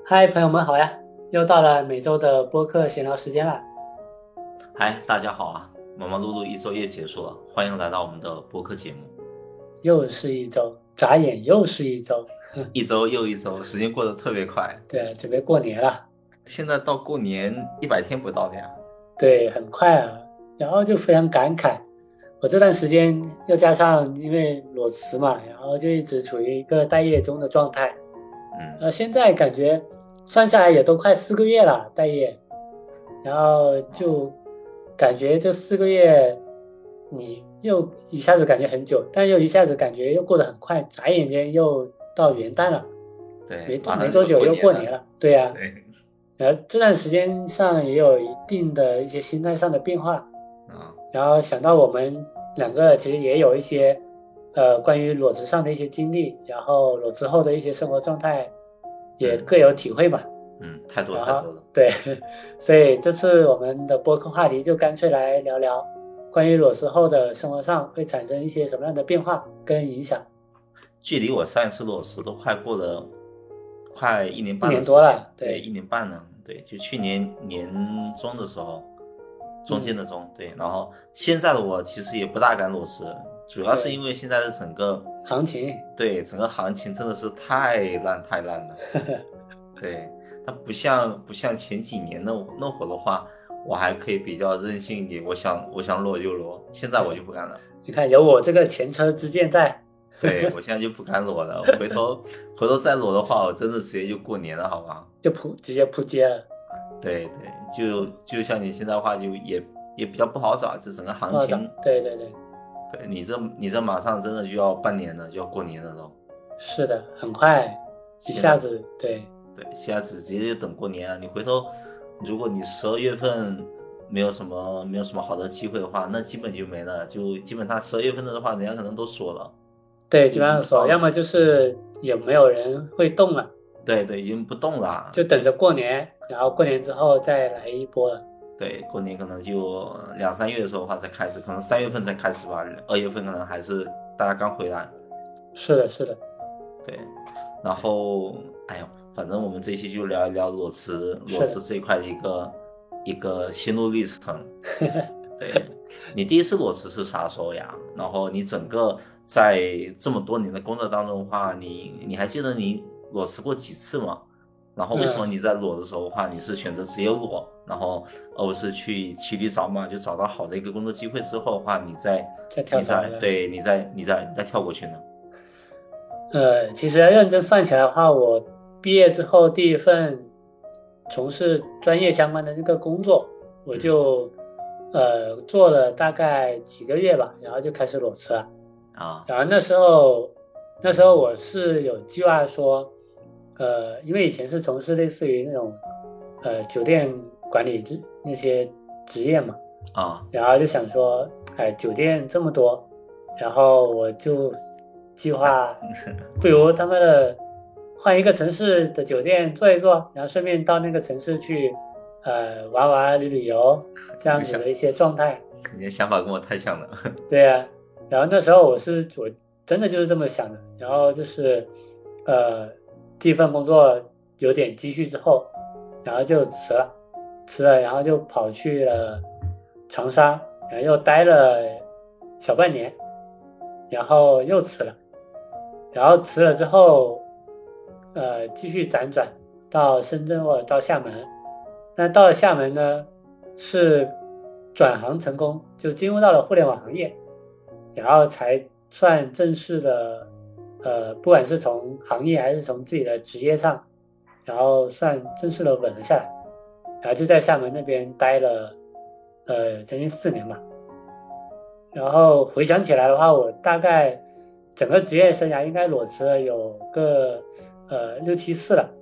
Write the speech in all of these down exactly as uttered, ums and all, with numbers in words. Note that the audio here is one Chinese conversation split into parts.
嗨，朋友们好呀！又到了每周的播客闲聊时间了。 嗨，大家好啊！忙忙碌碌一周又结束了，欢迎来到我们的播客节目。 又是一周，眨眼又是一周。 一周又一周，时间过得特别快。 对，准备过年了。 现在到过年一百天不到了呀。 对，很快啊。然后就非常感慨，我这段时间又加上因为裸辞嘛，然后就一直处于一个待业中的状态。 嗯， 呃，现在感觉算下来也都快四个月了，待业。然后就感觉这四个月，你又一下子感觉很久，但又一下子感觉又过得很快，眨眼间又到元旦了， 对， 没多马上就要没多久又过年了。 过年了。对呀， 对， 然后这段时间上也有一定的一些心态上的变化， 啊， 然后想到我们两个其实也有一些，呃，关于裸辞上的一些经历，然后裸辞后的一些生活状态也嗯各有体会嘛。 嗯，太多然后太多了。 对，所以这次我们的播客话题就干脆来聊聊关于裸辞后的生活上会产生一些什么样的变化跟影响。 距离我上一次裸辞都快过了快一年一年半的时间。 多了， 对， 对， 一年半了。对，就去年年中的时候，中间嗯， 的中。对，然后现在的我其实也不大敢裸辞，主要是对， 因为现在的整个， 行情， 对，整个行情真的是太烂太烂了。对，它不像不像前几年那那会儿的话，我还可以比较任性一点，我想我想裸就裸，现在我就对， 不敢了。 你看有我这个前车之鉴在， 对，我现在就不敢裸了，回头回头再裸的话，我真的直接就过年了，好吗？ 就扑直接扑街了， 对对，就就像你现在的话，就也也比较不好找，这整个不好找。 行情。 对对对， 对你这你这马上真的就要半年了，就要过年了都。 是的，很快，一现在下子，对对，现在直接就等过年啊！你回头，如果你十二月份没有什么没有什么好的机会的话，那基本就没了，就基本他十二月份的话，人家可能都锁了， 对，基就已本上说，要经不招了。 么就是也没有人会动了， 对对，已经不动了。 就等着过年，然后过年之后再来一波了。 对，过年可能就两三月的时候的话才开始，可能三月份才开始吧，二月份可能还是大家刚回来。 是的，是的， 对，然后哎呦，反正我们这一期就聊一聊裸辞，裸是的。 辞这一块的一个一个心路历程。对，你第一次裸辞是啥时候呀？然后你整个在这么多年的工作当中的话，你你还记得你裸辞过几次吗？然后为什么嗯， 你在裸的时候的话，你是选择直接裸，然后而不是去骑驴找马，就找到好的一个工作机会之后的话，你再再跳你槽了。 再对你再你再你再跳过去呢？ 呃，其实认真算起来的话，我毕业之后第一份从事专业相关的这个工作，我嗯就呃做了大概几个月吧，然后就开始裸辞了。 啊然后那时候，那时候我是有计划说，呃，因为以前是从事类似于那种呃酒店管理这那些职业嘛， 啊然后就想说，哎，酒店这么多，然后我就计划，不如他妈的换一个城市的酒店做一做，然后顺便到那个城市去，呃，玩玩旅旅游，这样你想子的一些状态。 你的想法跟我太像了。 对呀，然后那时候我是我真的就是这么想的，然后就是呃第一份工作有点积蓄之后，然后就辞了，辞了，然后就跑去了长沙，然后又待了小半年，然后又辞了，然后辞了之后，呃继续辗转到深圳或者到厦门，那到了厦门呢，是转行成功，就进入到了互联网行业。然后才算正式的，呃，不管是从行业还是从自己的职业上，然后算正式的稳了下来，然后就在厦门那边待了，呃，将近四年吧。然后回想起来的话，我大概整个职业生涯应该裸辞了有个呃六七次了。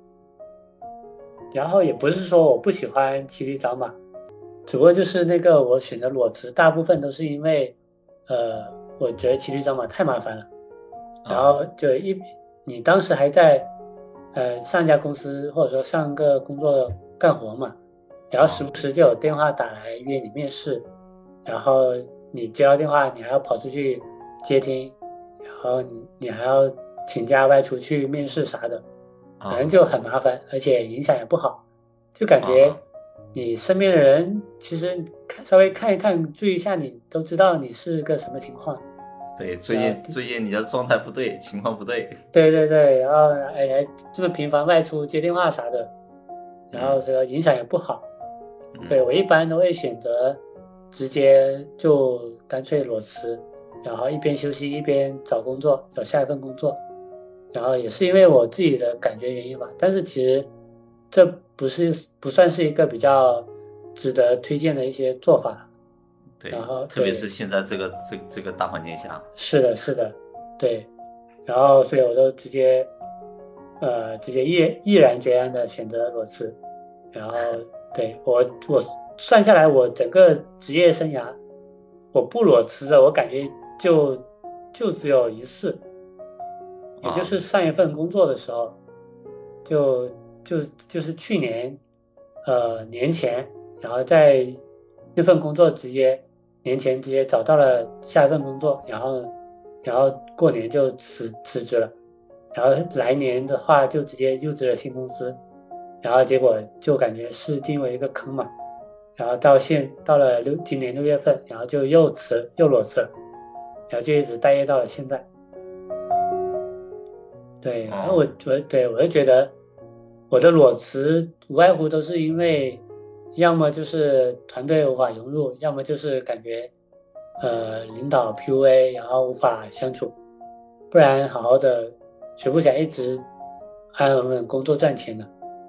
然后也不是说我不喜欢骑驴找马，只不过就是那个我选择裸辞，大部分都是因为，呃，我觉得骑驴找马太麻烦了。然啊后就一你当时还在呃上一家公司或者说上个工作干活嘛，然后时啊不时就有电话打来约你面试，然后你接到电话你还要跑出去接听，然后你你还要请假外出去面试啥的， 反正就很麻烦，而且影响也不好，就感觉你身边的人其实看稍微看一看，注意一下，你都知道你是个什么情况。 对，最近最近你的状态不对，情况不对。 对对对，然后哎还这么频繁外出接电话啥的，然后这个影响也不好。 嗯、 对，我一般都会选择直接就干脆裸辞，然后一边休息一边找工作，找下一份工作。然后也是因为我自己的感觉原因吧，但是其实这不是不算是一个比较值得推荐的一些做法。 对， 然后特别是现在这个这这个大环境下。 是的，是的，对。然后所以我就直接呃直接毅毅然决然的选择裸辞。然后对我我算下来，我整个职业生涯，我不裸辞的，我感觉就就只有一次。也就是上一份工作的时候，就就就是去年，呃年前，然后在那份工作直接年前直接找到了下一份工作，然后然后过年就辞辞职了，然后来年的话就直接入职了新公司，然后结果就感觉是进入一个坑嘛，然后到现到了六今年六月份，然后就又辞又裸辞了，然后就一直待业到了现在。对，然后我我对我就觉得我的裸辞无外乎都是因为，要么就是团队无法融入，要么就是感觉呃领导 P U A，然后无法相处，不然好好的谁不想一直安安稳稳工作赚钱呢？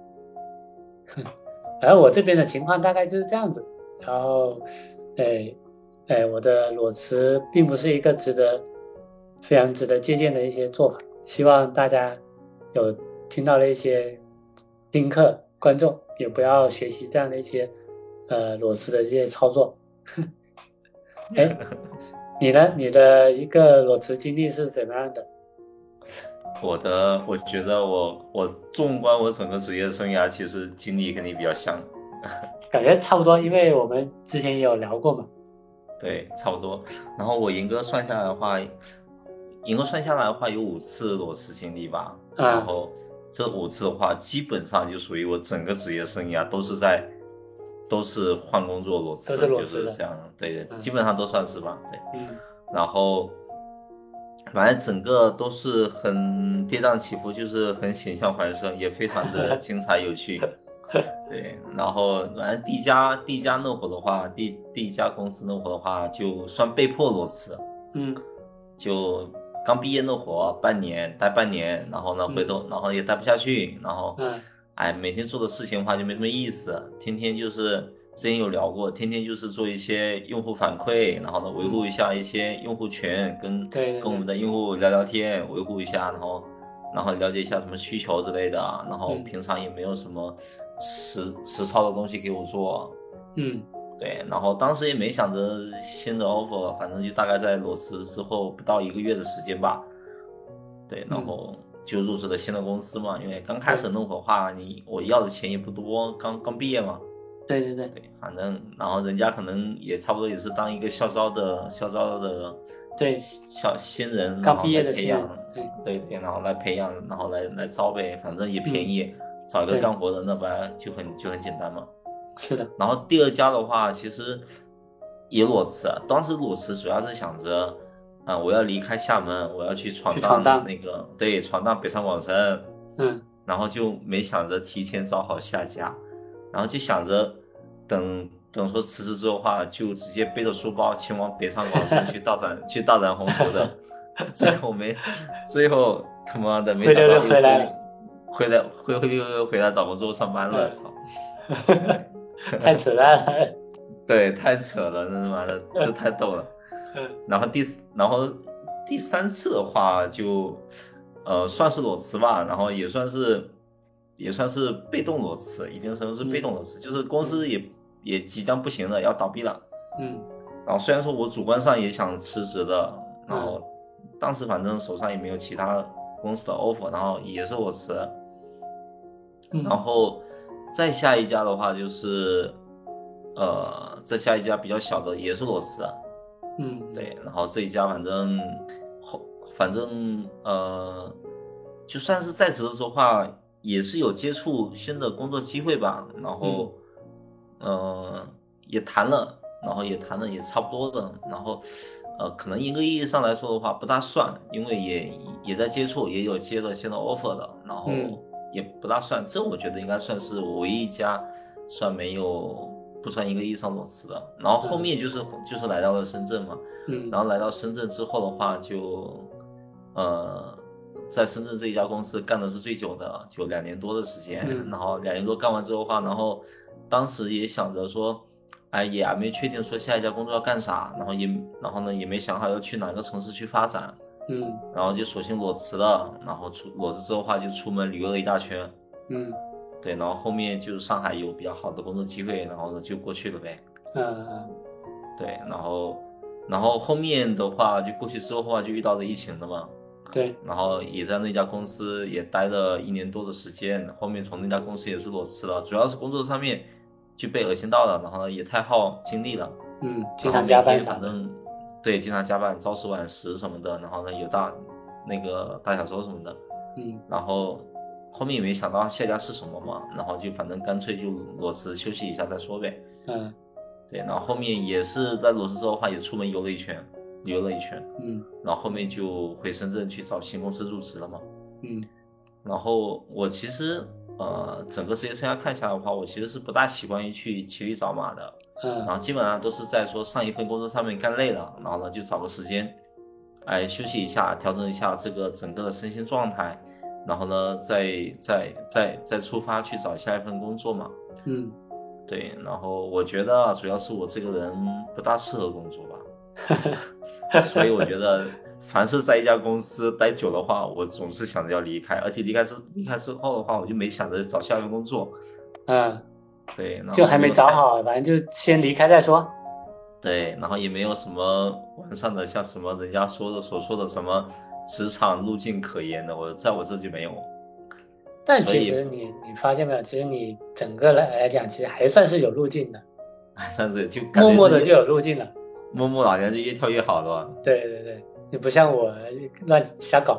然后我这边的情况大概就是这样子，然后哎哎我的裸辞并不是一个值得非常值得借鉴的一些做法。希望大家有听到了一些听课，观众也不要学习这样的一些呃裸辞的这些操作。哎，你呢？你的一个裸辞经历是怎么样的？ 我的，我觉得我我纵观我整个职业生涯，其实经历跟你比较像， 感觉差不多，因为我们之前也有聊过嘛。 对，差不多。然后我严格算下来的话，严格算下来的话有五次裸辞经历吧。 啊、 然后这五次的话，基本上就属于我整个职业生涯都是在都是换工作裸辞， 都是裸辞的就是这样。对， 嗯、 基本上都算是吧。对， 嗯， 然后反正整个都是很跌宕起伏，就是很险象环生，也非常的精彩有趣。对，然后反正第一家第一家那会儿的话，第第一家公司那会儿的话，就算被迫裸辞。 嗯， 就刚毕业那会儿，半年待半年，然后呢回头，然后也待不下去，然后， 嗯， 哎，每天做的事情的话就没什么意思，天天就是之前有聊过，天天就是做一些用户反馈，然后呢维护一下一些用户群，跟对对对跟我们的用户聊聊天，维护一下，然后然后了解一下什么需求之类的，然后平常也没有什么实实操的东西给我做。 嗯， 对，然后当时也没想着新的 offer，反正就大概在裸辞之后不到一个月的时间吧。对，然后就入职了新的公司嘛，因为刚开始那会儿话，你我要的钱也不多，刚刚毕业嘛。 对对对对，反正然后人家可能也差不多也是当一个校招的校招的对小新人， 刚毕业的培养， 新人，对对对，然后来培养，然后来来招呗，反正也便宜， 嗯、 找一个干活的那不然就很就很简单嘛。 是的。 然后第二家的话，其实也裸辞，当时裸辞主要是想着，啊、呃，我要离开厦门，我要去闯荡那个，对，闯荡北上广深， 嗯， 然后就没想着提前找好下家，然后就想着等等说辞职之后的话，就直接背着书包前往北上广深去大展去大展宏图的，最后没，最后他妈的没想到又回来了， 回来回回又又回来找工作上班了，操！ 太扯淡了， 对，太扯了，真他妈的，这太逗了。然后第然后第三次的话就，呃，算是裸辞吧，然后也算是也算是被动裸辞，一定程度是被动裸辞，嗯、就是公司也、嗯、也即将不行了，要倒闭了。 嗯。 然后虽然说我主观上也想辞职的，然后当时反正手上也没有其他公司的 offer， 然后也是我辞。嗯、然后再下一家的话就是，呃，再下一家比较小的也是裸辞。嗯，对，然后这一家反正后反正呃，就算是在职的时候话， 也是有接触新的工作机会吧，然后嗯、呃、也谈了，然后也谈的也差不多的，然后呃可能一个意义上来说的话不大算，因为也也在接触，也有接了新的 offer 的，然后嗯也不大算，这我觉得应该算是我唯一一家算没有不算一个意义上裸辞的，然后后面就是就是来到了深圳嘛。 嗯然后来到深圳之后的话就，呃，在深圳这一家公司干的是最久的，就两年多的时间。 嗯然后两年多干完之后的话，然后当时也想着说，哎，也还没确定说下一家工作要干啥，然后也然后呢也没想好要去哪个城市去发展， 嗯然后就索性裸辞了。然后出裸辞之后的话就出门旅游了一大圈， 嗯对，然后后面就上海有比较好的工作机会，然后呢就过去了呗。 嗯嗯对，然后，然后后面的话就过去之后的话就遇到了疫情了嘛， 对， 然后也在那家公司也待了一年多的时间，后面从那家公司也是裸辞了，主要是工作上面就被恶心到了，然后呢也太耗精力了， 嗯，经然后每常加班天啥的。 反正对经常加班，朝十晚十什么的，然后呢有大那个大小周什么的， 嗯然后后面也没想到下家是什么嘛，然后就反正干脆就裸辞休息一下再说呗。 嗯对，然后后面也是在裸辞之后的话，也出门游了一圈，游了一圈， 嗯然后后面就回深圳去找新公司入职了嘛。 嗯然后我其实呃整个职业生涯看下来的话，我其实是不大习惯于去骑驴找马的，然嗯后基本上都是在说上一份工作上面干累了，然后呢就找个时间，哎休息一下，调整一下这个整个的身心状态，然后呢再再再再出发去找下一份工作嘛。 嗯对，然后我觉得啊主要是我这个人不大适合工作吧，所以我觉得凡是在一家公司待久的话，我总是想着要离开，而且离开之离开之后的话，我就没想着找下一份工作。 嗯， 对，然后就还没有太找好，反正就先离开再说。 对，然后也没有什么完善的，像什么人家说的所说的什么职场路径可言的，我在我这就没有。 但所以其实你你发现没有，其实你整个来来讲，其实还算是有路径的， 还算是就感觉默默的就是越有路径了。 默默好像就越跳越好了。 对对对，你不像我乱瞎搞。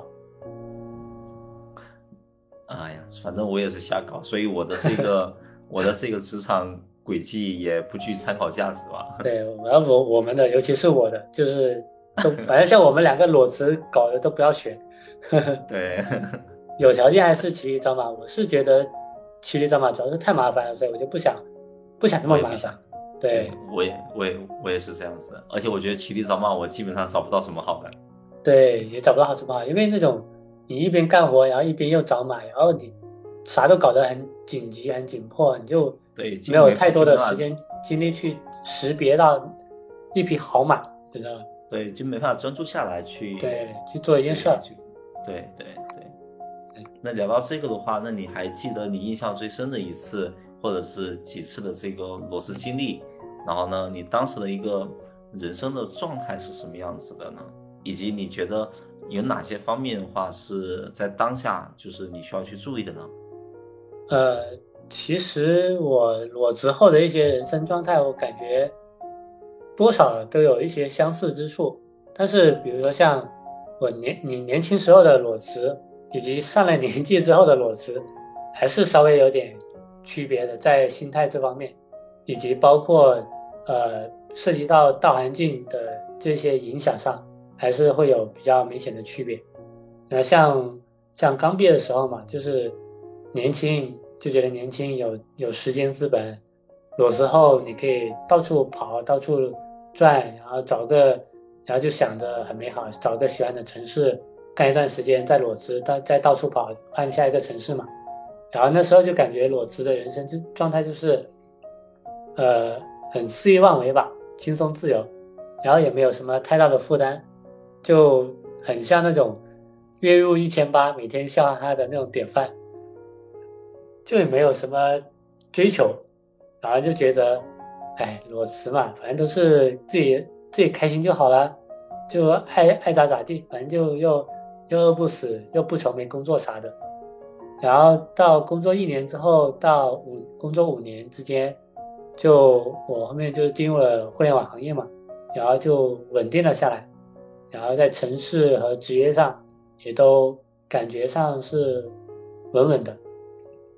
哎呀，反正我也是瞎搞，所以我的这个我的这个职场轨迹也不具参考价值吧。 对，而我我们的，尤其是我的，就是都反正像我们两个裸辞搞的都不要学。 对， 有条件还是骑驴找马。我是觉得骑驴找马主要是太麻烦了，所以我就不想不想那么麻烦。 我也不想。 对， 我也我也我也是这样子，而且我觉得骑驴找马，我基本上找不到什么好的。 对，也找不到好什么好，因为那种你一边干活，然后一边又找马，然后你啥都搞得很紧急、很紧迫，你就对，就没有太多的就没办法时间精力去识别到一匹好马，知道吧？ 对，就没办法专注下来去对，去做一件事儿。 去对对对。那聊到这个的话，那你还记得你印象最深的一次，或者是几次的这个裸辞经历？然后呢，你当时的一个人生的状态是什么样子的呢？以及你觉得有哪些方面的话是在当下就是你需要去注意的呢？ 呃，其实我裸辞后的一些人生状态，我感觉多少都有一些相似之处。但是，比如说像我年你年轻时候的裸辞，以及上了年纪之后的裸辞，还是稍微有点区别的，在心态这方面，以及包括呃涉及到大环境的这些影响上，还是会有比较明显的区别。呃，像像刚毕业的时候嘛，就是年轻就觉得年轻有有时间资本，裸辞后你可以到处跑，到处转，然后找个，然后就想着很美好，找个喜欢的城市干一段时间，再裸辞，到再到处跑，换下一个城市嘛。然后那时候就感觉裸辞的人生就状态就是，呃，很肆意妄为吧，轻松自由，然后也没有什么太大的负担，就很像那种月入一千八，每天笑哈哈的那种典范，就也没有什么追求，然后就觉得，哎，裸辞嘛，反正都是自己自己开心就好了，就爱爱咋咋地，反正就又又饿不死，又不愁没工作啥的。然后到工作一年之后，到五工作五年之间，就我后面就进入了互联网行业嘛，然后就稳定了下来，然后在城市和职业上也都感觉上是稳稳的，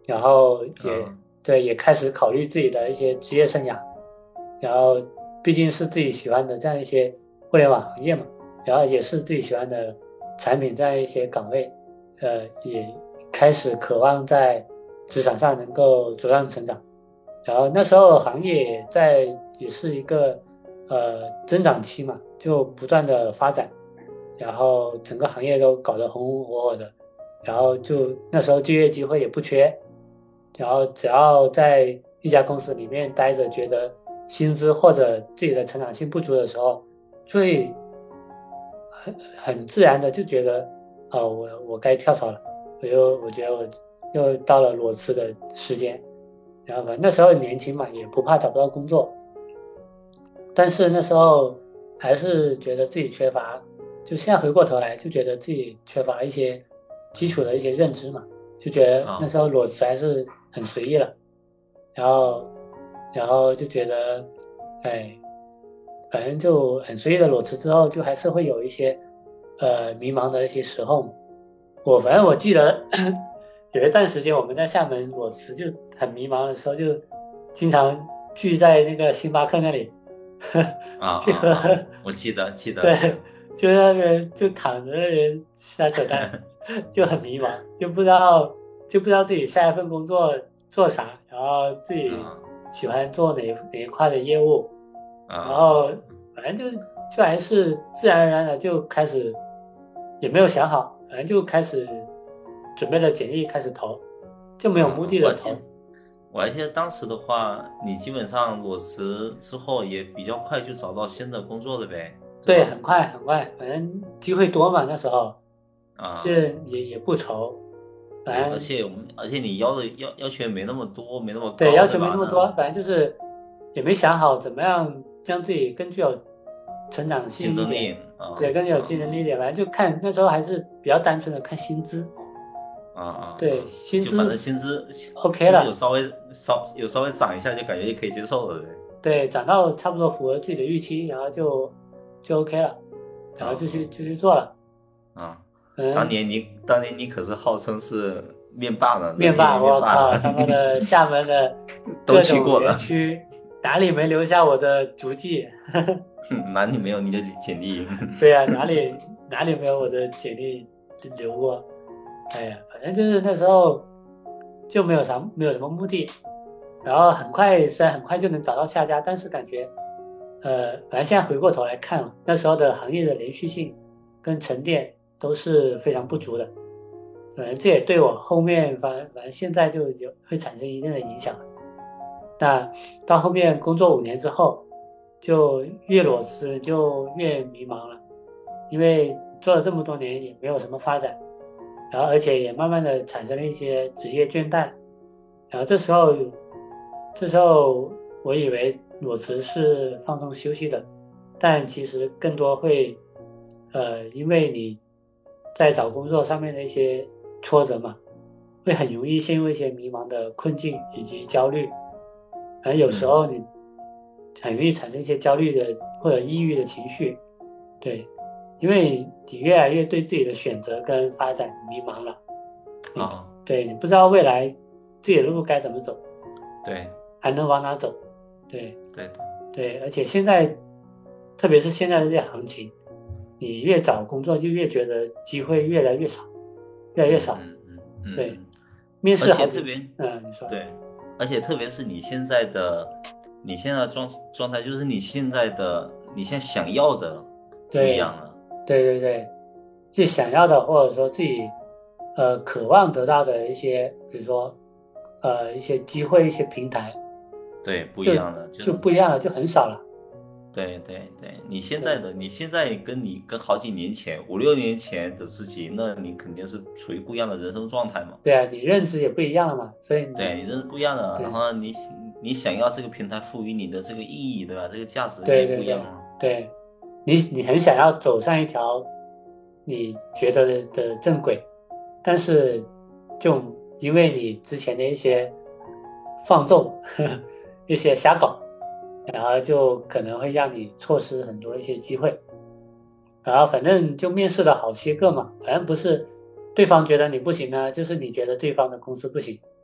然后也、 嗯对，也开始考虑自己的一些职业生涯，然后毕竟是自己喜欢的这样一些互联网行业嘛，然后也是自己喜欢的产品这样一些岗位，呃，也开始渴望在职场上能够茁壮成长。然后那时候行业在也是一个呃增长期嘛，就不断的发展，然后整个行业都搞得红红火火的，然后就那时候就业机会也不缺，然后只要在一家公司里面待着，觉得薪资或者自己的成长性不足的时候，就会很很自然的就觉得，哦，我我该跳槽了，我又我觉得我又到了裸辞的时间，然后反正那时候年轻嘛，也不怕找不到工作，但是那时候还是觉得自己缺乏，就现在回过头来就觉得自己缺乏一些基础的一些认知嘛，就觉得那啊时候裸辞还是很随意了，然后然后就觉得，哎，反正就很随意的裸辞之后，就还是会有一些呃迷茫的一些时候嘛。我反正我记得有一段时间我们在厦门裸辞就很迷茫的时候，就经常聚在那个星巴克那里。 啊去喝， 啊啊！我记得记得记对， 得。 就那边就躺着那边瞎扯淡，就很迷茫，就不知道就不知道自己下一份工作做啥，然后自己啊喜欢做哪一哪一块的业务， 啊然后啊反正就就还是自然而然的就开始，也没有想好，反正就开始准备了简历开始投，就没有目啊！ 的的投。 我还记得，我还记得当时的话，你基本上裸辞之后也比较快就找到新的工作了呗，对对， 吧？ 很快很快，反正机会多嘛，那时候这啊， 也也不愁，反对，而正且我们而且你要的要要求也没那么多，没那么高， 对要求没对吧？那那么多，反正就是也没想好怎么样将自己更具有成长性一点， 竞争力啊对，更有竞啊争力一点，反正就看那时候还是比较单纯的看薪资， 啊啊对， 啊！ 薪资就反正薪资 OK 薪资有了， 稍微稍有稍微涨一下，就感觉可以接受了，对。 对，涨到差不多符合自己的预期，然后就就 OK 了，然后就去啊就去做了， 啊！当嗯。 年你当年你可是号称是面霸呢，人面霸， 体里面霸呢， 我靠，他妈的厦门的都各种去过了。 园区，哪里没留下我的足迹？ 哪里没有你的简历？ 对呀、哪里哪里没有我的简历留过？哎呀，反正就是那时候就没有啥没有什么目的，然后很快虽然很快就能找到下家，但是感觉呃，反正现在回过头来看了，那时候的行业的连续性跟沉淀都是非常不足的。反正这也对我后面反反正现在就有会产生一定的影响。那到后面工作五年之后，就越裸辞就越迷茫了，因为做了这么多年也没有什么发展，然后而且也慢慢的产生了一些职业倦怠，然后这时候，这时候我以为裸辞是放松休息的，但其实更多会，呃，因为你在找工作上面的一些挫折嘛，会很容易陷入一些迷茫的困境以及焦虑，而有时候嗯你很容易产生一些焦虑的或者抑郁的情绪，对，因为你越来越对自己的选择跟发展迷茫了，你啊， 对你不知道未来自己的路该怎么走， 对还能往哪走，对对的， 对，而且现在，特别是现在的这些行情，你越找工作就越觉得机会越来越少，越来越少， 嗯嗯嗯对， 嗯， 面而试好几， 且特别嗯，你说， 对，而且特别是你现在的你现在的状状态，就是你现在的你现在想要的不一对样了。 对对对，自己想要的或者说自己呃渴望得到的一些，比如说呃一些机会、一些平台， 对，不就一样的，就就不一样了，就很少了， 对对对，你现在对的你现在跟你跟好几年前、五六年前的自己，那你肯定是处于不一样的人生状态嘛。 对啊，你认知也不一样了嘛，所以对， 你你这是不一样的，然对后你你想要这个平台赋予你的这个意义，对吧？这个价值也对对对不一样啊。 对，你你很想要走上一条你觉得的的正轨，但是就因为你之前的一些放纵，呵呵一些瞎搞，然后就可能会让你错失很多一些机会。然后反正就面试了好些个嘛，反正不是对方觉得你不行呢，就是你觉得对方的公司不行。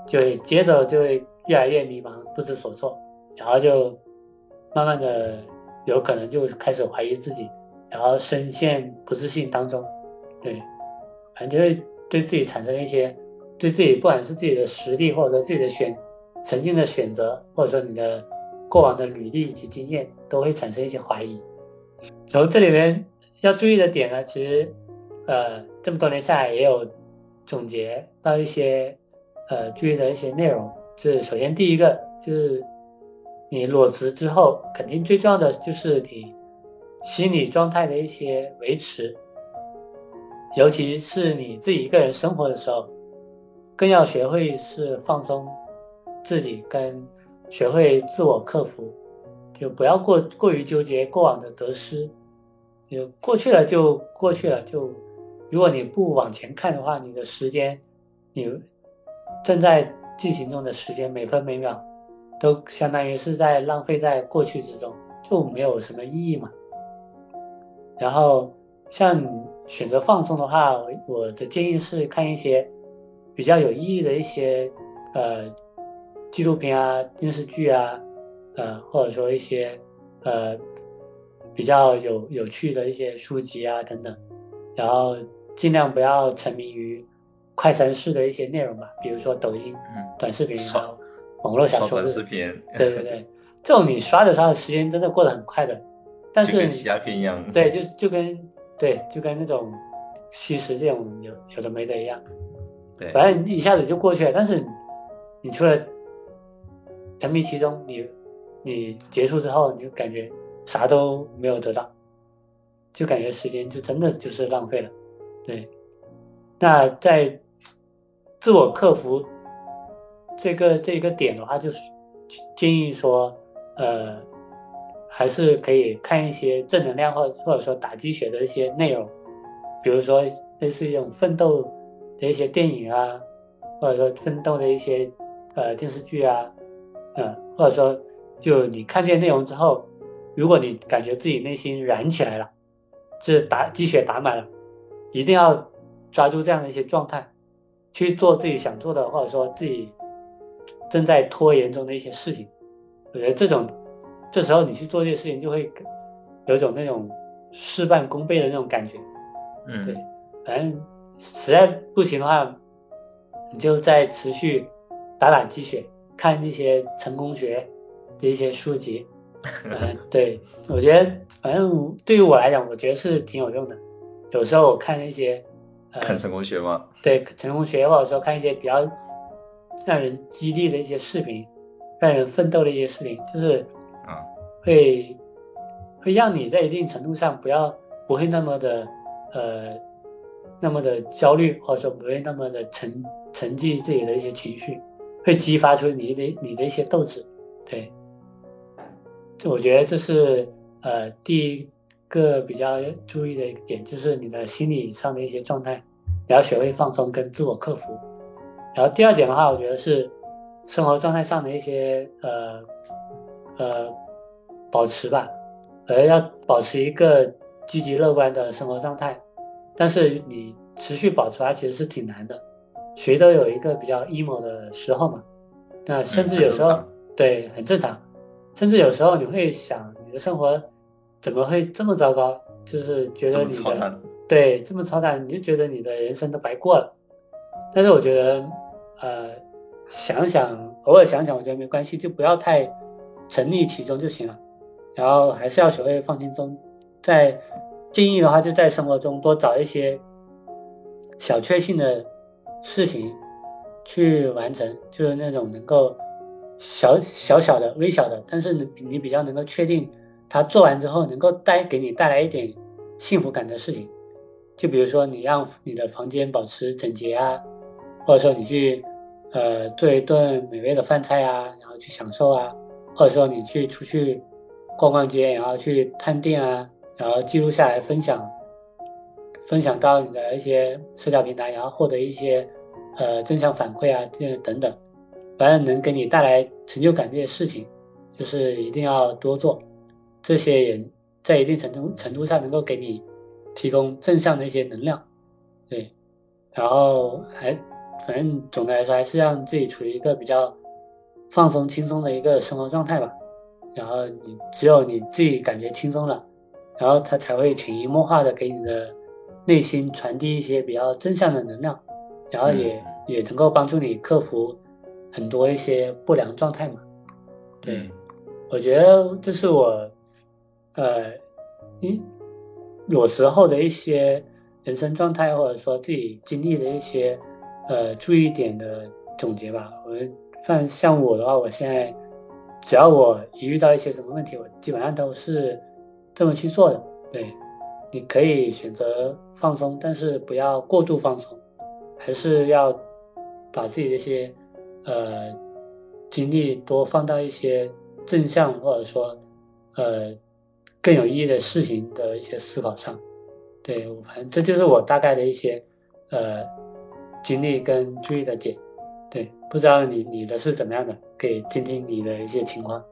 就会接着就会越来越迷茫，不知所措，然后就慢慢的有可能就开始怀疑自己，然后深陷不自信当中。对，反正就会对自己产生一些，对自己不管是自己的实力，或者说自己的选曾经的选择，或者说你的过往的履历及经验，都会产生一些怀疑。从这里面要注意的点呢，其实呃这么多年下来也有总结到一些呃注意的一些内容。就是首先第一个就是你裸辞之后，肯定最重要的就是你心理状态的一些维持，尤其是你自己一个人生活的时候，更要学会是放松自己，跟学会自我克服，就不要过过于纠结过往的得失，就过去了就过去了，就如果你不往前看的话，你的时间，你正在进行中的时间，每分每秒都相当于是在浪费在过去之中，就没有什么意义嘛。然后像选择放松的话，我我的建议是看一些比较有意义的一些呃纪录片啊、电视剧啊，呃或者说一些呃比较有有趣的一些书籍啊等等，然后尽量不要沉迷于快餐式的一些内容吧，比如说抖音、 嗯、 短视频， 刷还有网络小说短视频， 对对对，这种你刷着刷着时间真的过得很快的，但是就跟吸鸦片一样。 对，就就跟对就跟那种吸食这种有有的没的一样， 对， 反正一下子就过去了。但是你除了沉迷其中，你你结束之后，你就感觉啥都没有得到，就感觉时间就真的就是浪费了。对，那在自我克服这个这个点的话，就是建议说，呃，还是可以看一些正能量或或者说打鸡血的一些内容，比如说类似于这种奋斗的一些电影啊，或者说奋斗的一些呃电视剧啊，嗯，或者说就你看见内容之后，如果你感觉自己内心燃起来了，就是打鸡血打满了，一定要抓住这样的一些状态，去做自己想做的，或者说自己正在拖延中的一些事情。我觉得这种这时候你去做这些事情，就会有一种那种事半功倍的那种感觉。 嗯， 对，反正实在不行的话，你就再持续打打鸡血，看一些成功学的一些书籍。嗯，对，我觉得反正对于我来讲，我觉得是挺有用的。有时候我看一些呃， 看成功学吗？ 对，成功学，或者说看一些比较让人激励的一些视频，让人奋斗的一些视频，就是啊， 会会让你在一定程度上不要不会那么的呃那么的焦虑，或者说不会那么的沉沉寂自己的一些情绪，会激发出你的你的一些斗志。对，这我觉得这是呃第一个比较注意的一个点，就是你的心理上的一些状态，你要学会放松跟自我克服。然后第二点的话，我觉得是生活状态上的一些呃呃保持吧，呃要保持一个积极乐观的生活状态，但是你持续保持它其实是挺难的，谁都有一个比较 emo 的时候嘛，那甚至有时候、 嗯、 对很正常，甚至有时候你会想你的生活怎么会这么糟糕，就是觉得你的对这么操蛋，你就觉得你的人生都白过了。但是我觉得呃想想偶尔想想我觉得没关系，就不要太沉溺其中就行了，然后还是要学会放轻松。在建议的话，就在生活中多找一些小确幸的事情去完成，就是那种能够小小小的微小的，但是你你比较能够确定它做完之后能够带给你带来一点幸福感的事情。就比如说你让你的房间保持整洁啊，或者说你去呃做一顿美味的饭菜啊，然后去享受啊，或者说你去出去逛逛街，然后去探店啊，然后记录下来分享，分享到你的一些社交平台，然后获得一些呃正向反馈啊，这等等，反正能给你带来成就感这些事情，就是一定要多做，这些也在一定程度程度上能够给你提供正向的一些能量，对，然后还反正总的来说还是让自己处于一个比较放松轻松的一个生活状态吧。然后你只有你自己感觉轻松了，然后它才会潜移默化的给你的内心传递一些比较正向的能量，然后也、 嗯、 也能够帮助你克服很多一些不良状态嘛。对、 嗯、 我觉得这是我呃一有时候的一些人生状态，或者说自己经历的一些呃注意点的总结吧。我像像我的话，我现在只要我一遇到一些什么问题，我基本上都是这么去做的。对，你可以选择放松，但是不要过度放松，还是要把自己的一些呃精力多放到一些正向或者说呃更有意义的事情的一些思考上。对，反正这就是我大概的一些呃经历跟注意的点。对，不知道你你的是怎么样的，可以听听你的一些情况。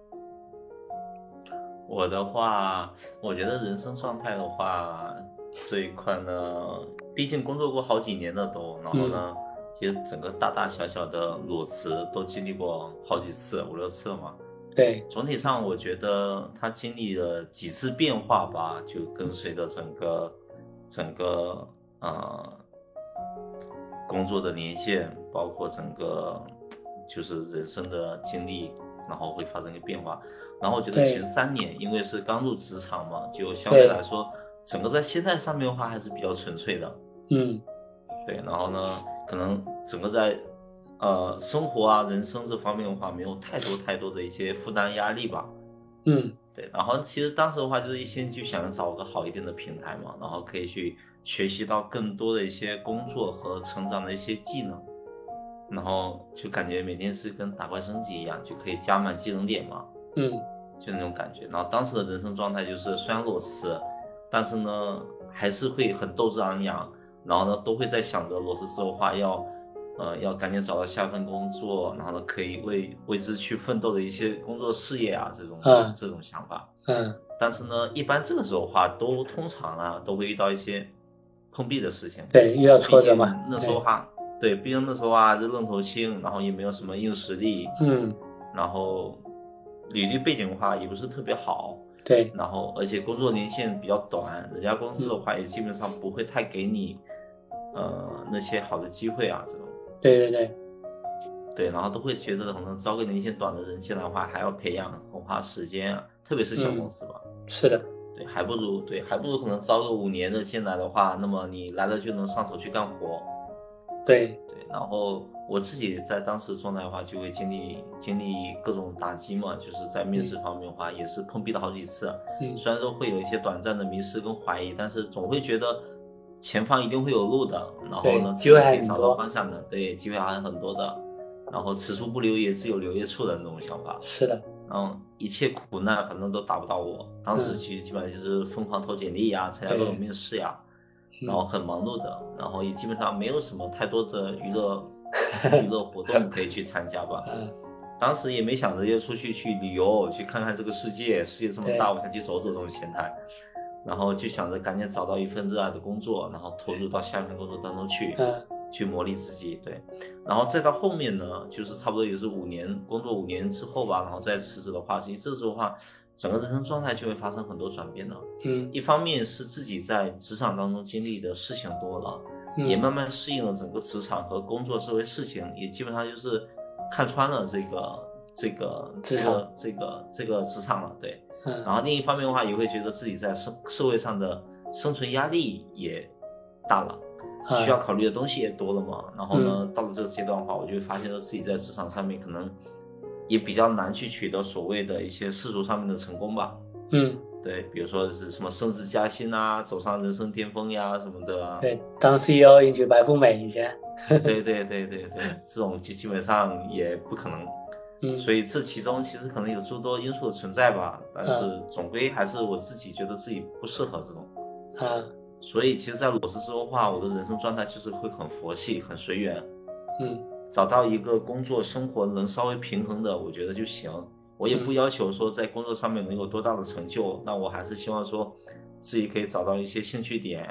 我的话，我觉得人生状态的话，这一块呢，毕竟工作过好几年的都，然后呢，嗯、其实整个大大小小的裸辞都经历过好几次，五六次了嘛。 对， 总体上我觉得他经历了几次变化吧，就跟随着整个整个呃工作的年限，包括整个就是人生的经历，然后会发生一个变化。然后我觉得前三年因为是刚入职场嘛，就相对来说，整个在心态上面的话还是比较纯粹的。 嗯， 对，然后呢，可能整个在呃生活啊、人生这方面的话，没有太多太多的一些负担压力吧。 嗯， 对，然后其实当时的话，就是一心就想找个好一点的平台嘛，然后可以去学习到更多的一些工作和成长的一些技能，然后就感觉每天是跟打怪升级一样，就可以加满技能点嘛。 嗯， 就那种感觉。然后当时的人生状态就是，虽然裸辞，但是呢，还是会很斗志昂扬，然后呢，都会在想着裸辞之后的话要，呃，要赶紧找到下份工作，然后呢，可以为为之去奋斗的一些工作事业啊，这种、 嗯、 这种想法。 嗯， 但是呢，一般这个时候的话，都通常啊，都会遇到一些碰壁的事情。 对，遇到挫折嘛。 毕竟那时候哈，对，毕竟那时候啊，就愣头青，然后也没有什么硬实力， 嗯， 然后履历背景的话也不是特别好， 对， 然后而且工作年限比较短，人家公司的话也基本上不会太给你，呃，那些好的机会啊，这种。 对对对， 对，然后都会觉得可能招个年限短的人进来的话，还要培养，很花时间啊，特别是小公司吧。 嗯，是的， 对，还不如对，还不如可能招个五年的进来的话，那么你来了就能上手去干活。 对对，然后我自己在当时状态的话，就会经历经历各种打击嘛，就是在面试方面的话，也是碰壁了好几次。 嗯， 虽然说会有一些短暂的迷失跟怀疑，但是总会觉得前方一定会有路的，然后呢， 机会还可以找到很多。 方向的，对，机会还很多的。然后此处不留爷，自有留爷处的那种想法。 是的， 然后一切苦难反正都打不到我，当时其实基本上就是疯狂投简历呀，参加各种面试呀，然后很忙碌的，然后也基本上没有什么太多的娱乐娱乐活动可以去参加吧。当时也没想着要出去去旅游，去看看这个世界，世界这么大，我想去走走这种心态。然后就想着赶紧找到一份热爱的工作，然后投入到下面工作当中去，去磨砺自己。对，然后再到后面呢，就是差不多也是五年工作五年之后吧，然后再辞职的话，其实这时候的话，整个人生状态就会发生很多转变了。 嗯， 一方面是自己在职场当中经历的事情多了，嗯、也慢慢适应了整个职场和工作这回事情，也基本上就是看穿了这个这个这个这个这个职场了。对。嗯、然后另一方面的话，也会觉得自己在社社会上的生存压力也大了，嗯、需要考虑的东西也多了嘛。然后呢，嗯、到了这个阶段的话，我就会发现自己在职场上面可能也比较难去取得所谓的一些世俗上面的成功吧。嗯，对，比如说是什么升职加薪啊，走上人生巅峰呀什么的啊。 对，当 C E O 迎娶白富美以前。 对对对对对，这种就基本上也不可能。嗯，所以这其中其实可能有诸多因素的存在吧，但是总归还是我自己觉得自己不适合这种。啊，所以其实在裸辞之后的话，我的人生状态就是会很佛系，很随缘。嗯，找到一个工作生活能稍微平衡的，我觉得就行。我也不要求说在工作上面能有多大的成就，那我还是希望说自己可以找到一些兴趣点，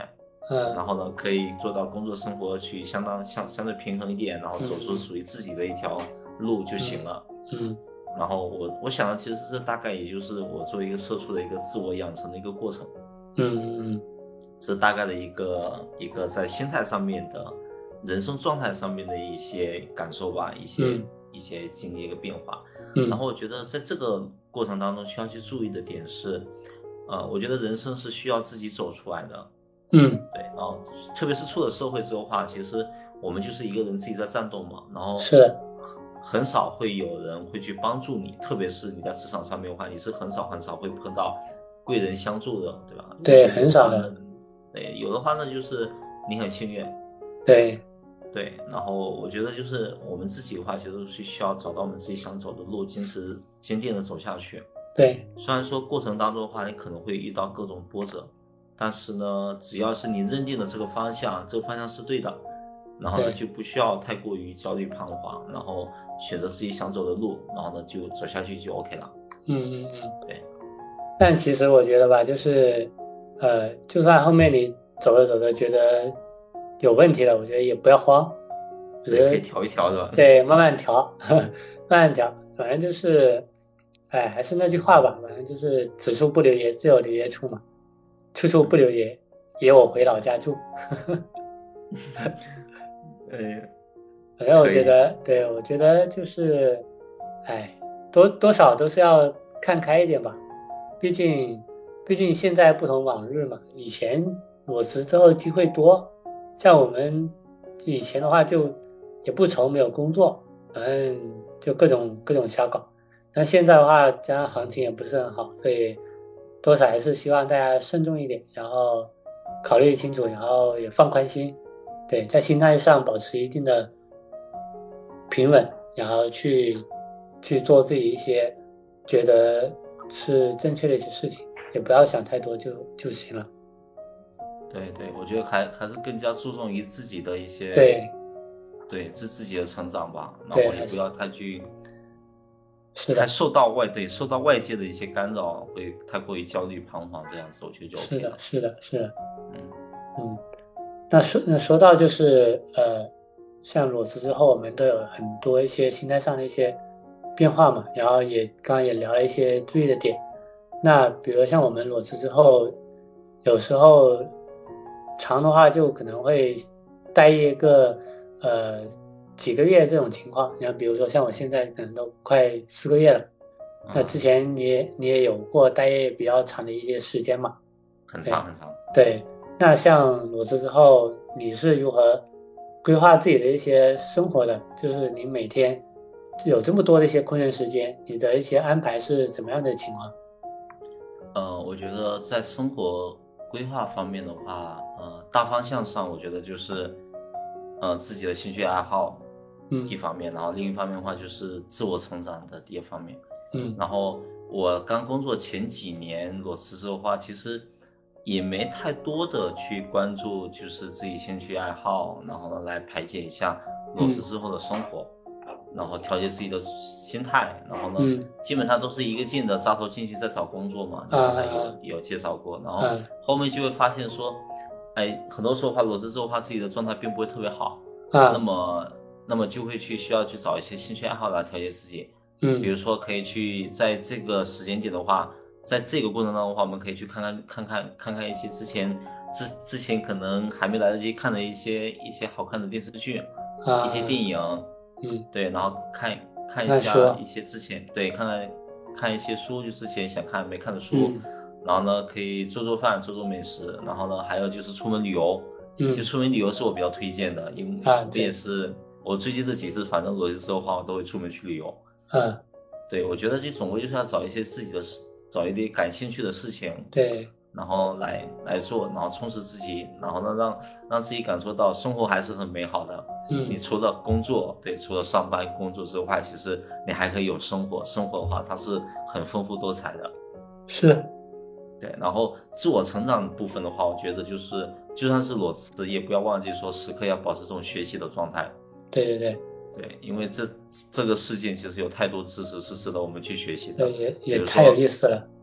嗯， 然后呢，可以做到工作生活去相当相相对平衡一点，然后走出属于自己的一条路就行了。 嗯，嗯然后我我想的其实这大概也就是我作为一个社畜的一个自我养成的一个过程。 嗯嗯这大概的一个一个在心态上面的人生状态上面的一些感受吧，一些、 嗯一些经历一个变化。 嗯， 然后我觉得在这个过程当中需要去注意的点是，呃，我觉得人生是需要自己走出来的。 嗯， 对，然后特别是出了社会之后的话，其实我们就是一个人自己在战斗嘛，然后是的， 很很少会有人会去帮助你，特别是你在职场上面的话，你是很少很少会碰到贵人相助的，对吧？ 对， 有很少的， 对，有的话呢，就是你很幸运， 对， 对。然后我觉得就是我们自己的话，其实是需要找到我们自己想走的路，坚持坚定的走下去。 对， 虽然说过程当中的话，你可能会遇到各种波折，但是呢，只要是你认定了这个方向，这个方向是对的，然后呢， 对就不需要太过于焦虑彷徨，然后选择自己想走的路，然后呢，就走下去就 OK 了。 嗯嗯嗯， 对。 但其实我觉得吧，就是，呃，就算后面你走着走着觉得有问题了，我觉得也不要慌，我觉对，可以得调一调的。 对，慢慢调，慢慢调，反正就是，哎，还是那句话吧，反正就是此处不留爷，自有留爷处嘛，处处不留爷，爷我回老家住。 呃， 反正我可以。 觉得，对，我觉得就是，哎，多多少都是要看开一点吧。毕竟，毕竟现在不同往日嘛。以前裸辞之后机会多，像我们以前的话就也不愁没有工作，反正就各种各种瞎搞。那现在的话，加上行情也不是很好，所以多少还是希望大家慎重一点，然后考虑清楚，然后也放宽心。对，在心态上保持一定的平稳，然后去去做自己一些觉得是正确的一些事情，也不要想太多就就行了。 对对，我觉得还还是更加注重于自己的一些， 对对自自己的成长吧，然对，还是后也不要太去太是的， 受到外对受到外界的一些干扰，会太过于焦虑彷徨这样子，我觉得就是 OK 的， 了。 是的，是的， 嗯嗯。那说那说到就是呃，像裸辞之后，我们都有很多一些心态上的一些变化嘛，然后也刚刚也聊了一些注意的点。那比如像我们裸辞之后，有时候长的话就可能会待一个呃几个月这种情况。然后比如说像我现在可能都快四个月了，那之嗯， 前你也你也有过待业比较长的一些时间嘛？ 很对长很长。 对，那像裸辞之后，你是如何规划自己的一些生活的？就是你每天有这么多的一些空闲时间，你的一些安排是怎么样的情况？ 呃，我觉得在生活规划方面的话，呃，大方向上，我觉得就是，呃，自己的兴趣爱好一嗯方面，然后另一方面的话就是自我成长的第一方面。 嗯然后我刚工作前几年裸辞之后的话，其实也没太多的去关注，就是自己兴趣爱好，然后呢来排解一下裸辞嗯之后的生活。然后调节自己的心态，然后呢， 嗯基本上都是一个劲的扎头进去在找工作嘛，就刚才啊有有介绍过，然后啊后面就会发现说，哎，很多时候的话裸辞之后的话，自己的状态并不会特别好，那啊么那么就会去需要去找一些兴趣爱好来调节自己，比如嗯说可以去在这个时间点的话，在这个过程当中的话，我们可以去看看看看看看一些之前之之前可能还没来得及看的一些一些好看的电视剧，一些电啊影。 嗯， 对，然后看看一看书， 下一些之前对看看看一些书，就之前想看没看的书， 嗯然后呢可以做做饭，做做美食，然后呢还有就是出门旅游，就嗯出门旅游是我比较推荐的，因为啊我也对， 是我最近这几次反正有的时候的话我都会出门去旅游。 啊对，我觉得就总归就是要找一些自己的事，找一点感兴趣的事情， 对， 然后来来做，然后充实自己，然后呢让让自己感受到生活还是很美好的。你嗯除了工作，对，除了上班工作之外，其实你还可以有生活，生活的话它是很丰富多彩的。 是， 对，然后自我成长部分的话，我觉得就是就算是裸辞，也不要忘记说时刻要保持这种学习的状态。 对对对对，因为这这个世界其实有太多知识是值得我们去学习的， 对，也比如也太有说。 意思了，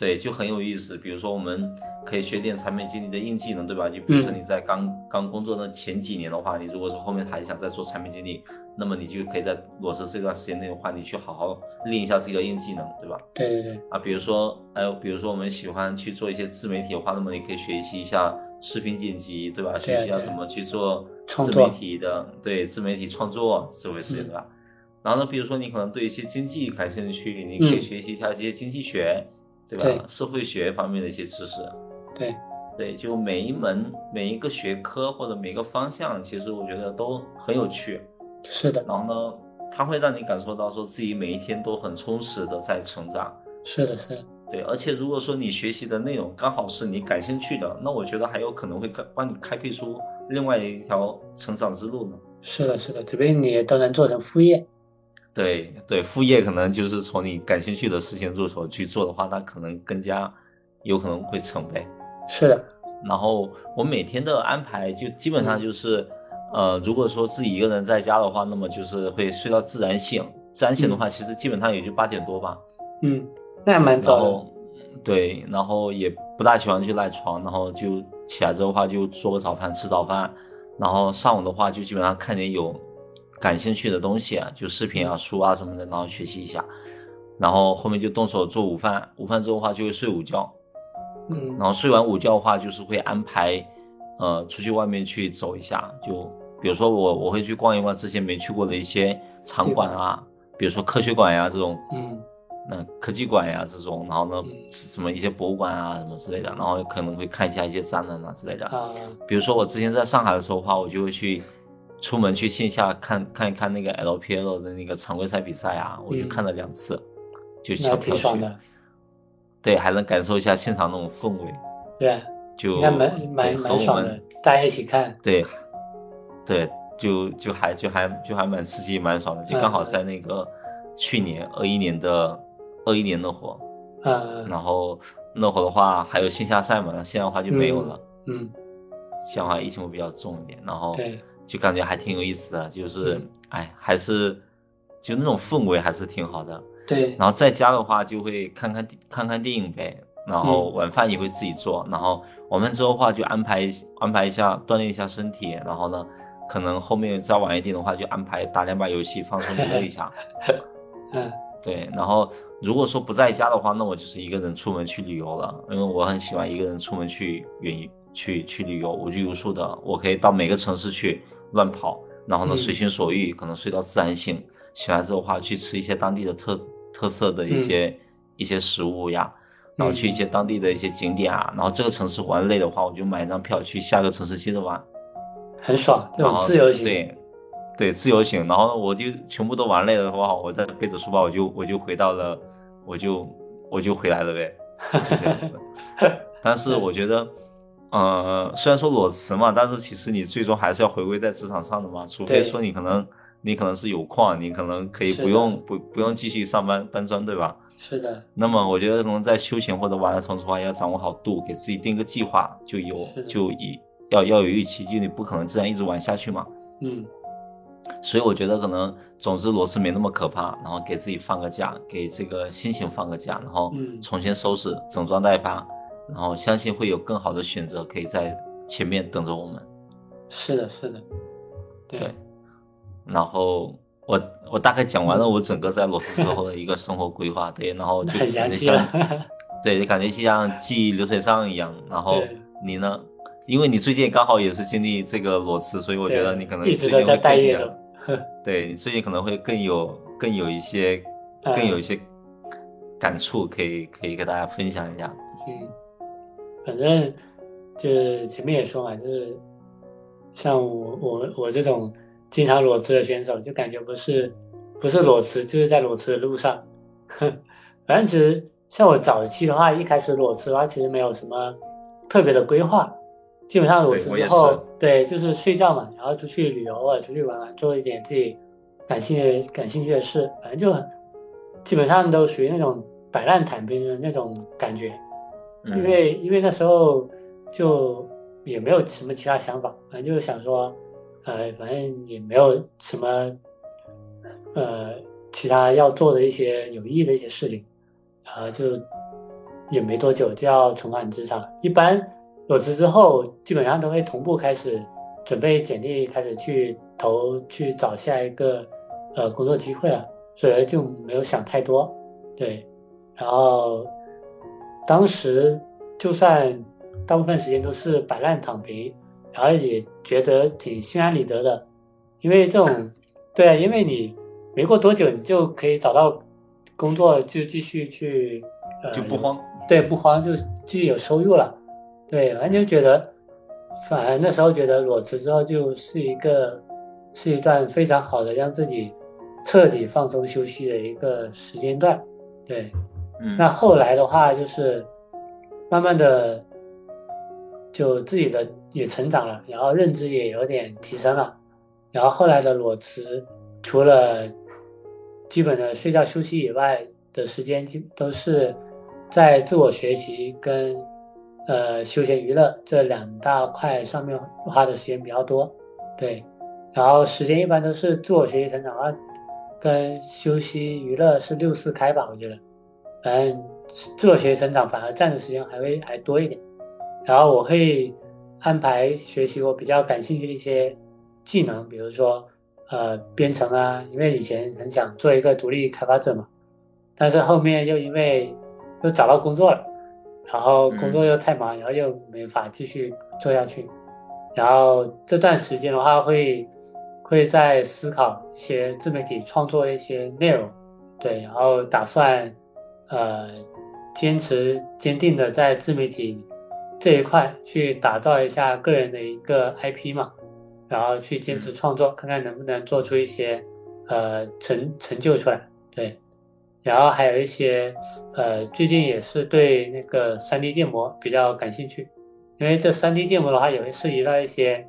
对，就很有意思。比如说，我们可以学点产品经理的硬技能，对吧？就比如说你在刚、嗯、刚工作的前几年的话，你如果说后面还想再做产品经理，那么你就可以在裸辞这段时间内的话，你去好好练一下自己的硬技能，对吧？ 对对对。 啊，比如说，还有比如说我们喜欢去做一些自媒体的话，那么你可以学习一下视频剪辑，对吧？学习一下怎么去做自媒体的，对自媒体创作这回事情，对吧？嗯、然后呢，比如说你可能对一些经济感兴趣，你可以学习一下这些经济学。嗯对吧？对社会学方面的一些知识， 对对，就每一门每一个学科或者每一个方向，其实我觉得都很有趣。 是的。 然后呢，它会让你感受到说自己每一天都很充实的在成长。 是的，是的。 对，而且如果说你学习的内容刚好是你感兴趣的，那我觉得还有可能会帮你开辟出另外一条成长之路呢。 是的，是的，这边你都能做成副业。 对对，副业可能就是从你感兴趣的事情入手去做的话，那可能更加有可能会成倍。 是的。 然后我每天的安排就基本上就是，嗯、呃，如果说自己一个人在家的话，那么就是会睡到自然醒。自然醒的话，嗯、其实基本上也就八点多吧。 嗯，那还蛮早的。 然后对，然后也不大喜欢去赖床，然后就起来之后的话就做个早饭，吃早饭，然后上午的话就基本上看点有感兴趣的东西啊，就视频啊、书啊什么的，然后学习一下，然后后面就动手做午饭，午饭之后的话就会睡午觉， 嗯， 然后睡完午觉的话就是会安排，呃，出去外面去走一下，就比如说我我会去逛一逛之前没去过的一些场馆啊，比如说科学馆呀这种， 嗯， 那科技馆呀这种，然后呢什么一些博物馆啊什么之类的，然后可能会看一下一些展览啊之类的，啊，比如说我之前在上海的时候的话，我就会去。出门去线下看看一看那个 L P L 的那个常规赛比赛啊，我就看了两次，嗯、就抢票去，对，还能感受一下现场那种氛围， 对， 就应该蛮蛮蛮爽的，大家一起看， 对，对，就就还就还就还蛮刺激，蛮爽的，就刚好在那个去年二一年的二一年那会儿， 嗯， 然后那会儿的话还有线下赛嘛，现在的话就没有了， 嗯，嗯现在的话疫情会比较重一点，然后对。 就感觉还挺有意思的，就是，嗯、哎，还是就那种氛围还是挺好的。 对。 然后在家的话就会看看看看电影呗，然后晚饭也会自己做，嗯、然后晚饭之后的话就安排安排一下锻炼一下身体，然后呢，可能后面再晚一点的话就安排打两把游戏放松娱乐一下。 嗯， 对。然后如果说不在家的话，那我就是一个人出门去旅游了，因为我很喜欢一个人出门去远去去旅游，无拘无束的，我可以到每个城市去乱跑，然后呢，随心所欲，可能睡到自然醒，醒来之后的话去吃一些当地的特特色的一些、嗯、一些食物呀，然后去一些当地的一些景点啊，然后这个城市玩累的话，我就买一张票去下个城市接着玩， 很爽，这种自由行。 对对，自由行，然后我就全部都玩累了的话，我再背着书包，我就我就回到了，我就我就回来了呗，就这样子。但是我觉得。呃，虽然说裸辞嘛，但是其实你最终还是要回归在职场上的嘛，除非说你可能你可能是有矿，你可能可以不用不不用继续上班搬砖，对吧？ 是的。 那么我觉得可能在休闲或者玩的同时的话，要掌握好度，给自己定个计划，就有就以要要有预期，就你不可能这样一直玩下去嘛。 嗯。 所以我觉得可能总之裸辞没那么可怕，然后给自己放个假，给这个心情放个假，然后重新收拾，整装待发。然后相信会有更好的选择可以在前面等着我们。 是的，是的，对。 对然后我我大概讲完了我整个在裸辞之后的一个生活规划，对，然后就感觉像，对，就感觉像记流水账一样。然后你呢？因为你最近刚好也是经历这个裸辞，所以我觉得你可能一直都在待业中。 对，你最近可能会更有更有一些更有一些感触，可以可以给大家分享一下。 嗯。反正就是前面也说嘛，就是像我我我这种经常裸辞的选手，就感觉不是不是裸辞，就是在裸辞的路上。反正其实像我早期的话，一开始裸辞的话，其实没有什么特别的规划，基本上裸辞之后，对，就是睡觉嘛，然后出去旅游啊，出去玩玩，做一点自己感兴趣感兴趣的事，反正就基本上都属于那种摆烂躺平的那种感觉。因为因为那时候就也没有什么其他想法，反正就是想说，呃，反正也没有什么呃其他要做的一些有意义的一些事情，然后就也没多久就要重返职场了。一般裸辞之后，基本上都会同步开始准备简历，开始去投去找下一个呃工作机会了，所以就没有想太多。对，然后当时就算大部分时间都是摆烂躺平，然后也觉得挺心安理得的，因为这种对啊，因为你没过多久你就可以找到工作，就继续去呃就不慌， 对，不慌就继续有收入了。对，反正就觉得，反而那时候觉得裸辞之后就是一个是一段非常好的让自己彻底放松休息的一个时间段。对， 嗯， 那后来的话就是慢慢的就自己的也成长了，然后认知也有点提升了，然后后来的裸辞除了基本的睡觉休息以外的时间，基都是在自我学习跟呃休闲娱乐这两大块上面花的时间比较多。对，然后时间一般都是自我学习成长啊，跟休息娱乐是六四开吧，我觉得。反正自我学习成长反而占的时间还会还多一点。然后我会安排学习我比较感兴趣的一些技能，比如说呃编程啊，因为以前很想做一个独立开发者嘛，但是后面又因为又找到工作了，然后工作又太忙，然后又没法继续做下去。然后这段时间的话会会在思考一些自媒体创作的一些内容，对，然后打算呃坚持坚定的在自媒体这一块去打造一下个人的一个 I P 嘛，然后去坚持创作，看看能不能做出一些呃成成就出来，对。然后还有一些呃最近也是对那个 三 D 建模比较感兴趣，因为这 三 D 建模的话也会涉及到一些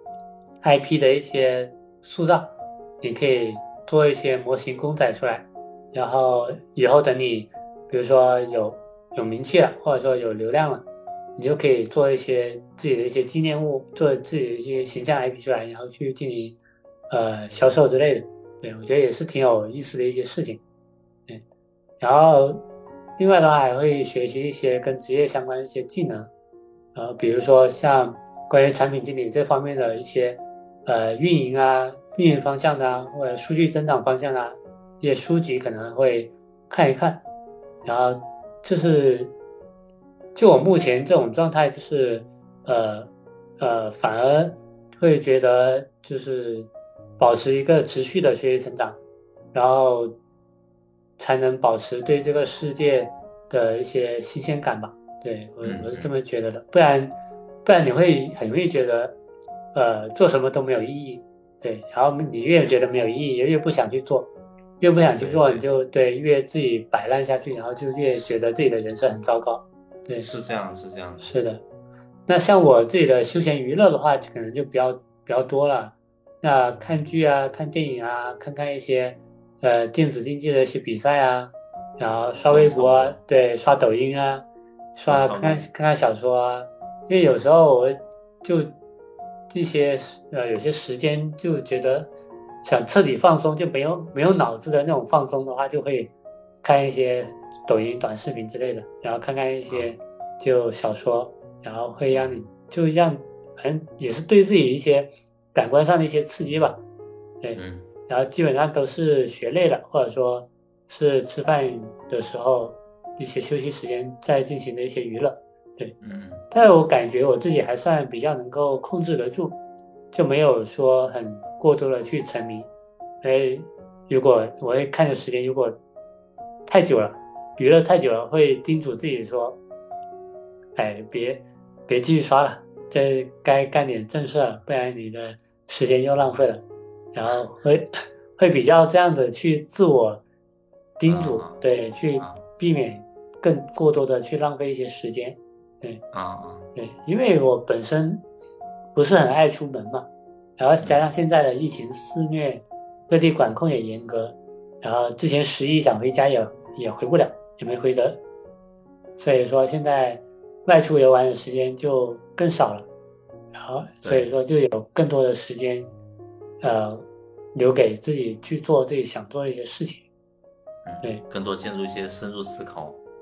I P 的一些塑造，你可以做一些模型公仔出来，然后以后等你比如说有有名气了，或者说有流量了，你就可以做一些自己的一些纪念物，做自己的一些形象 I P 出来，然后去进行呃销售之类的。对，我觉得也是挺有意思的一些事情。对，然后另外的话还会学习一些跟职业相关的一些技能，呃，比如说像关于产品经理这方面的一些呃运营啊、运营方向的啊，或者数据增长方向的啊一些书籍可能会看一看。然后就是就我目前这种状态，就是呃呃，反而会觉得就是保持一个持续的学习成长，然后才能保持对这个世界的一些新鲜感吧。对，我我是这么觉得的，不然不然你会很容易觉得，呃，做什么都没有意义。对，然后你越觉得没有意义，越不想去做，越不想去做，你就对越自己摆烂下去，然后就越觉得自己的人生很糟糕。对， 是这样，是这样， 是的。那像我自己的休闲娱乐的话，可能就比较比较多了。那看剧啊，看电影啊，看看一些呃电子竞技的一些比赛啊，然后刷微博啊，对，刷抖音啊，刷看看看看小说啊。因为有时候我就一些呃有些时间就觉得想彻底放松，就没有没有脑子的那种放松的话，就会看一些抖音短视频之类的，然后看看一些就小说。然后会让你就让反正也是对自己一些感官上的一些刺激吧，对， 嗯， 然后基本上都是学累了，或者说是吃饭的时候一些休息时间在进行的一些娱乐，对， 嗯， 但是我感觉我自己还算比较能够控制得住，就没有说很过多的去沉迷，因为如果我会看着时间，如果太久了，娱乐太久了，会叮嘱自己说。哎，别别继续刷了，这该干点正事了，不然你的时间又浪费了。然后会会比较这样的去自我叮嘱， 啊对，去啊避免更过多的去浪费一些时间。对啊啊， 对，因为我本身不是很爱出门嘛，然后加上现在的疫情肆虐，各地管控也严格，然后之前十一想回家也也回不了，也没回得，所以说现在外出游玩的时间就更少了，然后所以说就有更多的时间，呃，留给自己去做自己想做的一些事情。 嗯， 对更多进入一些深入思考。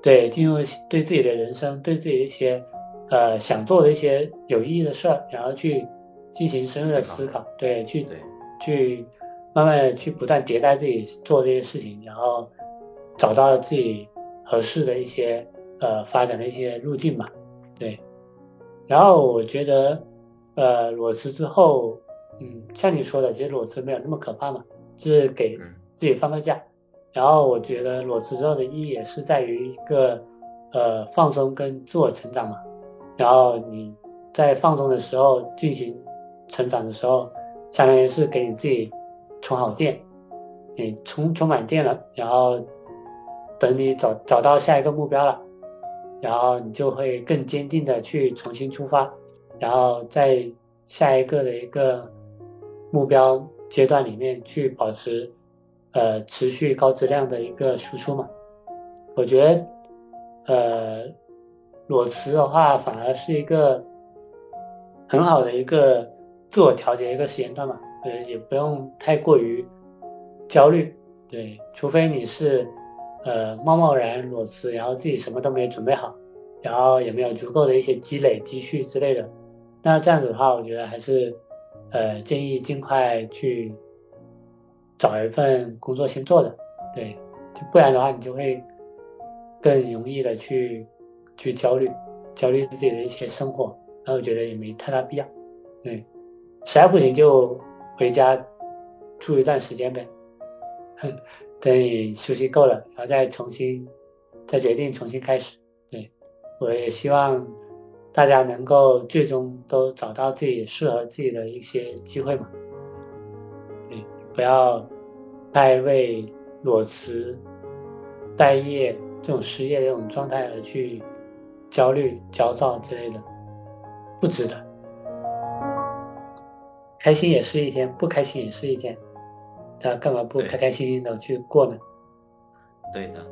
对，进入对自己的人生，对自己的一些呃想做的一些有意义的事儿，然后去进行深入的思考，对，去对去慢慢的去不断迭代自己做这些事情，然后找到自己合适的一些呃发展的一些路径嘛，对。然后我觉得，呃，裸辞之后，嗯，像你说的，其实裸辞没有那么可怕嘛，就是给嗯自己放个假。然后我觉得裸辞之后的意义也是在于一个，呃，放松跟自我成长嘛。然后你在放松的时候进行成长的时候，相当于是给你自己充好电，你充充满电了，然后等你找找到下一个目标了。然后你就会更坚定的去重新出发，然后在下一个的一个目标阶段里面去保持呃持续高质量的一个输出嘛。我觉得呃裸辞的话反而是一个很好的一个自我调节一个时间段嘛，呃也不用太过于焦虑，对，除非你是呃贸贸然裸辞，然后自己什么都没准备好，然后也没有足够的一些积累积蓄之类的，那这样子的话，我觉得还是呃建议尽快去找一份工作先做的，对，就不然的话你就会更容易的去去焦虑，焦虑自己的一些生活，然后我觉得也没太大必要，对，实在不行就回家住一段时间呗。等你休息够了，然后再重新再决定重新开始。对，我也希望大家能够最终都找到自己适合自己的一些机会嘛。对，不要太为裸辞、待业这种失业的这种状态而去焦虑、焦躁之类的，不值得。开心也是一天，不开心也是一天，他干嘛不对开开心心的去过呢？ 对的，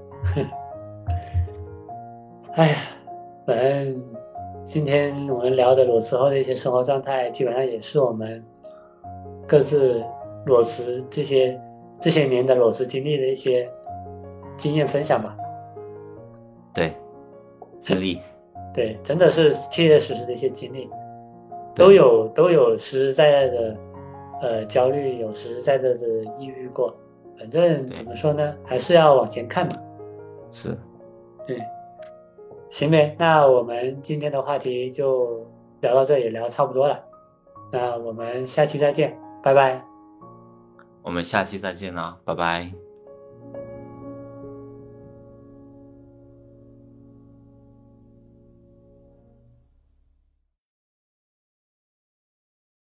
哎呀，反正今天我们聊的裸辞后的一些生活状态，基本上也是我们各自裸辞这些这些年的裸辞经历的一些经验分享吧。 对，经历对，真的是切切实实的一些经历， 对都有都有实实在在的呃焦虑，有实实在在的抑郁过。反正对怎么说呢，还是要往前看嘛。 是， 对，行呗，那我们今天的话题就聊到这里，聊差不多了。那我们下期再见，拜拜。 我们下期再见啦，拜拜。